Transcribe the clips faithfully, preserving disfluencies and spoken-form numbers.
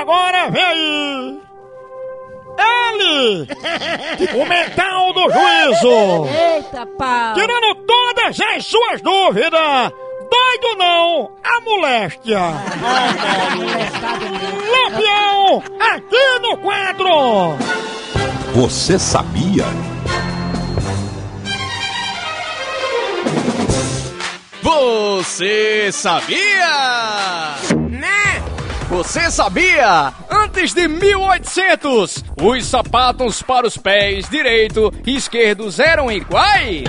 agora vem aí! Ele! O mental do juízo! Eita, pau! Tirando todas as suas dúvidas! Doido não! A moléstia! Lampião! Aqui no quadro! Você sabia? Você sabia? Né? Você sabia? Antes de mil e oitocentos, os sapatos para os pés direito e esquerdos eram iguais?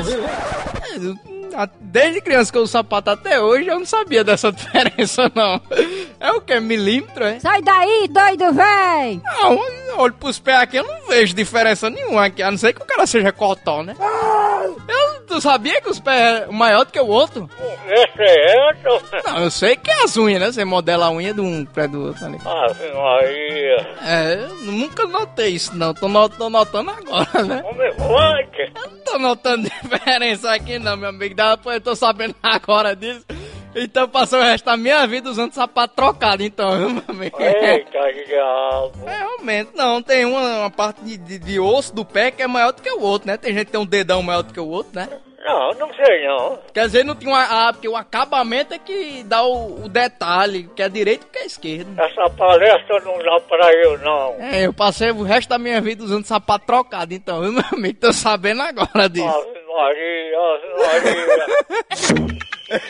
Desde criança que eu uso sapato até hoje, eu não sabia dessa diferença, não. É o que? Milímetro, é? Sai daí, doido, véi! Não, eu olho pros pés aqui, eu não vejo diferença nenhuma aqui, a não ser que o cara seja cotó, né? Eu, tu sabia que os pés é maior do que o outro? Esse é outro? Não, eu sei que é as unhas, né? Você modela a unha de um pé do outro ali. Ave Maria. É, eu nunca notei isso, não. Tô, not, tô notando agora, né? Como é forte? Eu não tô notando diferença aqui, não, meu amigo. Depois eu tô sabendo agora disso. Então passou o resto da minha vida usando sapato trocado, então, viu, meu amigo? Eita, diabo. É, realmente, não. Tem uma, uma parte de, de, de osso do pé que é maior do que o outro, né? Tem gente que tem um dedão maior do que o outro, né? Não, não sei não. Quer dizer, não tinha uma... Ah, porque o acabamento é que dá o, o detalhe, que é direito e que é esquerdo. Essa palestra não dá pra eu, não. É, eu passei o resto da minha vida usando sapato trocado, então, viu, meu amigo? Tô sabendo agora disso. Ave Maria, Ave Maria.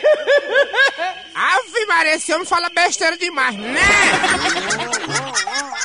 Ave Maria, esse homem fala besteira demais, né?